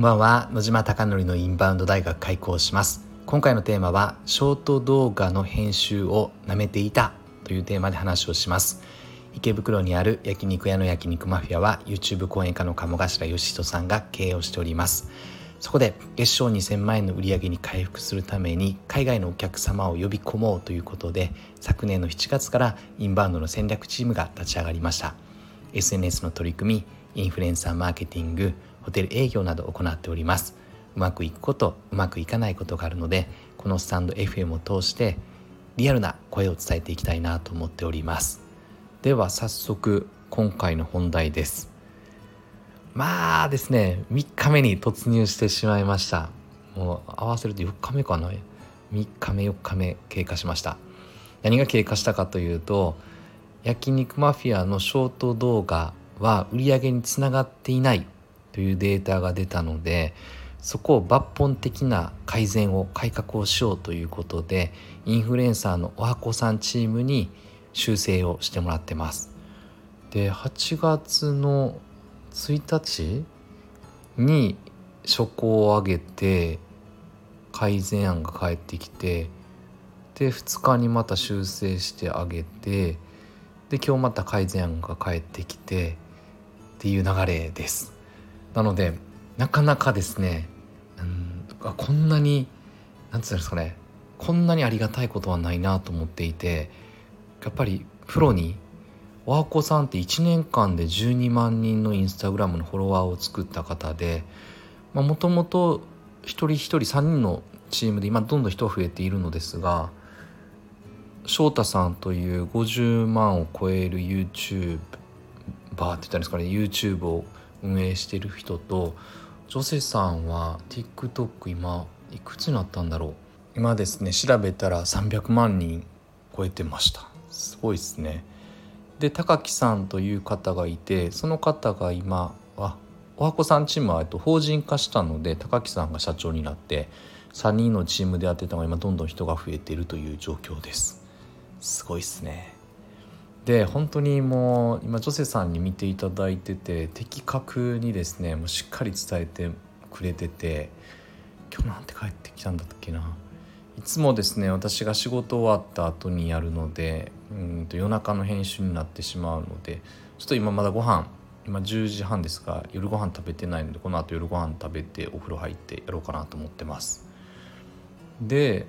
んばんは。野島貴則のインバウンド大学開講します。今回のテーマはショート動画の編集をなめていたというテーマで話をします。池袋にある焼肉屋の焼肉マフィアは YouTube 講演家の鴨頭義人さんが経営をしております。そこで月賞2000万円の売り上げに回復するために海外のお客様を呼び込もうということで、昨年の7月からインバウンドの戦略チームが立ち上がりました。 SNS の取り組み、インフルエンサーマーケティング、ホテル営業などを行っております。うまくいくこと、うまくいかないことがあるので、このスタンド FM を通してリアルな声を伝えていきたいなと思っております。では早速今回の本題です。ですね、3日目に突入してしまいました。もう合わせると4日目かな。3日目4日目経過しました。何が経過したかというと、焼肉マフィアのショート動画は売り上げにつながっていないというデータが出たので、そこを抜本的な改革をしようということで、インフルエンサーのおはこさんチームに修正をしてもらってます。で、8月の1日に初稿を上げて改善案が返ってきて、で2日にまた修正してあげて、で今日また改善案が返ってきてっていう流れです。なのでなかなかですね、こんなになんていうんですかね、こんなにありがたいことはないなと思っていて、やっぱりプロにおはこさんって1年間で12万人のインスタグラムのフォロワーを作った方で、もともと一人一人3人のチームで今どんどん人が増えているのですが、翔太さんという50万を超える YouTuber って言ったんですかね、 YouTube を運営している人と、ジョセさんは TikTok 今いくつになったんだろう。今ですね、調べたら300万人超えてました。すごいですね。で、高木さんという方がいて、その方が今はおはこさんチームは法人化したので、高木さんが社長になって3人のチームでやってたのが今どんどん人が増えているという状況です。すごいですね。で、本当にもう今ジョセさんに見ていただいてて、的確にですね、もうしっかり伝えてくれてて、今日なんて帰ってきたんだっけな。いつもですね、私が仕事終わった後にやるので、夜中の編集になってしまうので、ちょっと今まだ今10時半ですが、夜ご飯食べてないので、この後夜ご飯食べてお風呂入ってやろうかなと思ってます。で、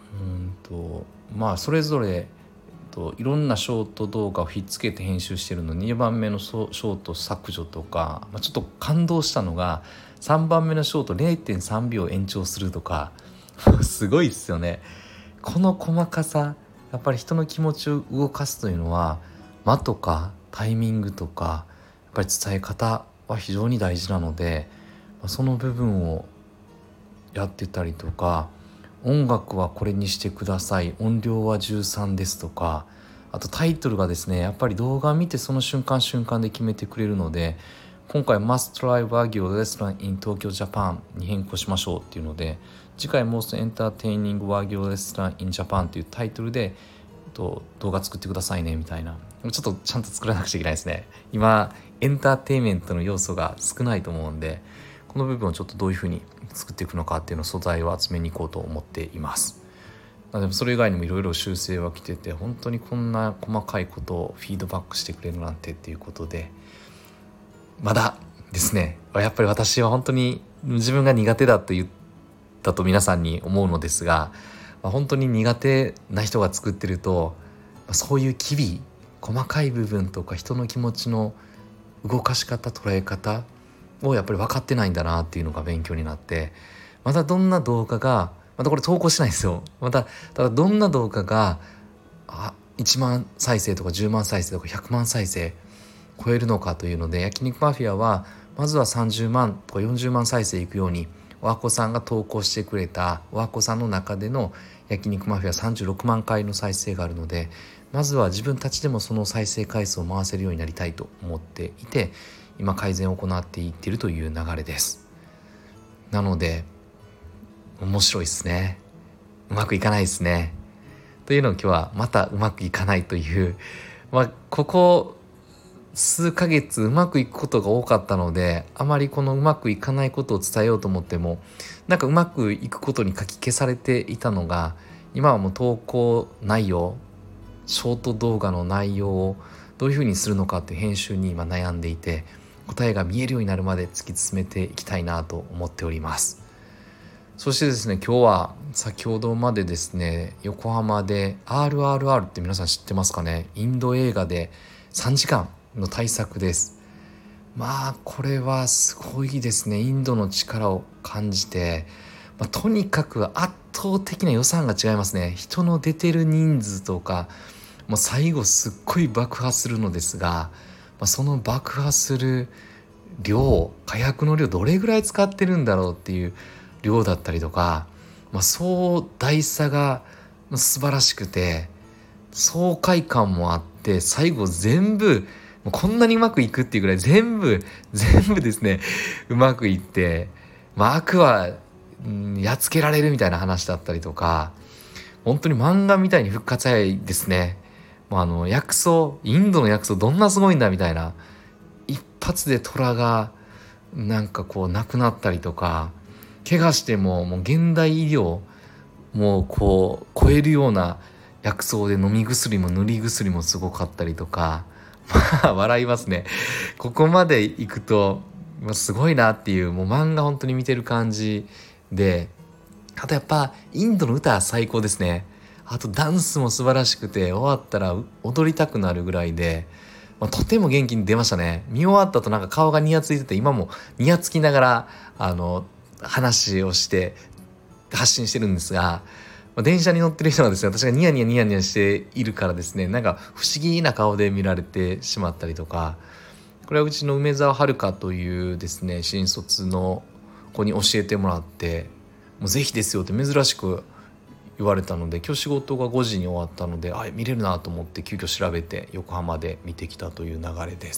それぞれいろんなショート動画をひっつけて編集してるのに、2番目のショート削除とか、ちょっと感動したのが3番目のショート 0.3 秒延長するとかすごいっすよね。この細かさ、やっぱり人の気持ちを動かすというのは間とかタイミングとか、やっぱり伝え方は非常に大事なので、その部分をやってたりとか、音楽はこれにしてください、音量は13ですとか、あとタイトルがですね、やっぱり動画見てその瞬間瞬間で決めてくれるので、今回 Must Try Wagyu Restaurant in Tokyo Japan に変更しましょうっていうので、次回 Most Entertaining Wagyu Restaurant in Japan というタイトルで動画作ってくださいねみたいな。ちょっとちゃんと作らなくちゃいけないですね。今エンターテインメントの要素が少ないと思うんで、この部分をちょっとどういうふうに作っていくのかっていうのを素材を集めに行こうと思っています。でもそれ以外にもいろいろ修正は来てて、本当にこんな細かいことをフィードバックしてくれるなんてっていうことで、まだですね、やっぱり私は本当に自分が苦手だと言ったと皆さんに思うのですが、本当に苦手な人が作ってると、そういう機微細かい部分とか人の気持ちの動かし方、捉え方をやっぱり分かってないんだなっていうのが勉強になって、またどんな動画が、またこれ投稿しないんですよ。ただどんな動画が1万再生とか10万再生とか100万再生超えるのかというので、焼肉マフィアはまずは30万とか40万再生いくように、おはこさんが投稿してくれたおはこさんの中での焼肉マフィア36万回の再生があるので、まずは自分たちでもその再生回数を回せるようになりたいと思っていて、今改善を行っていっているという流れです。なので面白いですね。うまくいかないですね。というのを今日はまたうまくいかないという、ここ数ヶ月うまくいくことが多かったので、あまりこのうまくいかないことを伝えようと思ってもなんかうまくいくことにかき消されていたのが、今はもう投稿内容、ショート動画の内容をどういうふうにするのかっていう編集に今悩んでいて、答えが見えるようになるまで突き進めていきたいなと思っております。そしてですね、今日は先ほどまでですね、横浜で RRR って皆さん知ってますかね。インド映画で3時間の大作です。まあこれはすごいですね。インドの力を感じて、とにかく圧倒的な予算が違いますね。人の出てる人数とか、もう最後すっごい爆破するのですが、その爆破する量、火薬の量どれぐらい使ってるんだろうっていう量だったりとか、壮大さが素晴らしくて、爽快感もあって、最後全部こんなにうまくいくっていうぐらい全部ですねうまくいって、悪はやっつけられるみたいな話だったりとか、本当に漫画みたいに復活早いですね。薬草、インドの薬草どんなすごいんだみたいな、一発で虎がなんかこう亡くなったりとか、怪我してももう現代医療もうこう超えるような薬草で、飲み薬も塗り薬もすごかったりとか、笑いますね。ここまで行くとすごいなっていう、もう漫画本当に見てる感じで、あとやっぱインドの歌は最高ですね。あとダンスも素晴らしくて、終わったら踊りたくなるぐらいで、とても元気に出ましたね。見終わった後なんか顔がニヤついてて、今もニヤつきながら話をして発信してるんですが、電車に乗ってる人はですね、私がニヤニヤしているからですね、なんか不思議な顔で見られてしまったりとか、これはうちの梅沢遥というですね、新卒の子に教えてもらって、もうぜひですよって珍しく言われたので、今日仕事が5時に終わったので、見れるなと思って急遽調べて横浜で見てきたという流れです。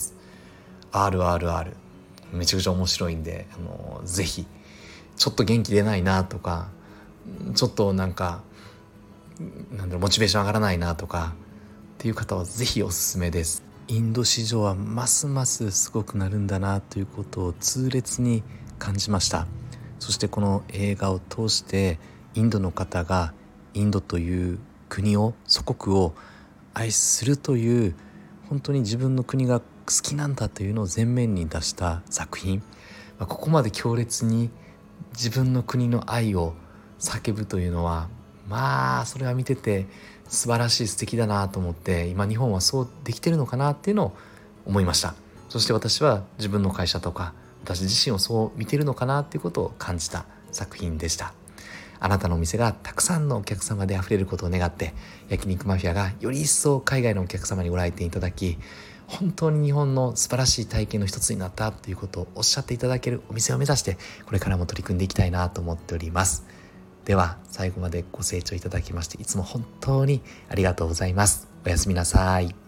RRR めちゃくちゃ面白いんで、ぜひちょっと元気出ないなとか、ちょっとなんかモチベーション上がらないなとかっていう方はぜひおすすめです。インド市場はますますすごくなるんだなということを痛烈に感じました。そしてこの映画を通してインドの方がインドという国を、祖国を愛するという、本当に自分の国が好きなんだというのを前面に出した作品、ここまで強烈に自分の国の愛を叫ぶというのは、それは見てて素晴らしい、素敵だなと思って、今日本はそうできてるのかなっていうのを思いました。そして私は自分の会社とか私自身をそう見てるのかなっていうことを感じた作品でした。あなたのお店がたくさんのお客様であふれることを願って、焼肉マフィアがより一層海外のお客様にご来店いただき、本当に日本の素晴らしい体験の一つになったということをおっしゃっていただけるお店を目指して、これからも取り組んでいきたいなと思っております。では最後までご清聴いただきまして、いつも本当にありがとうございます。おやすみなさい。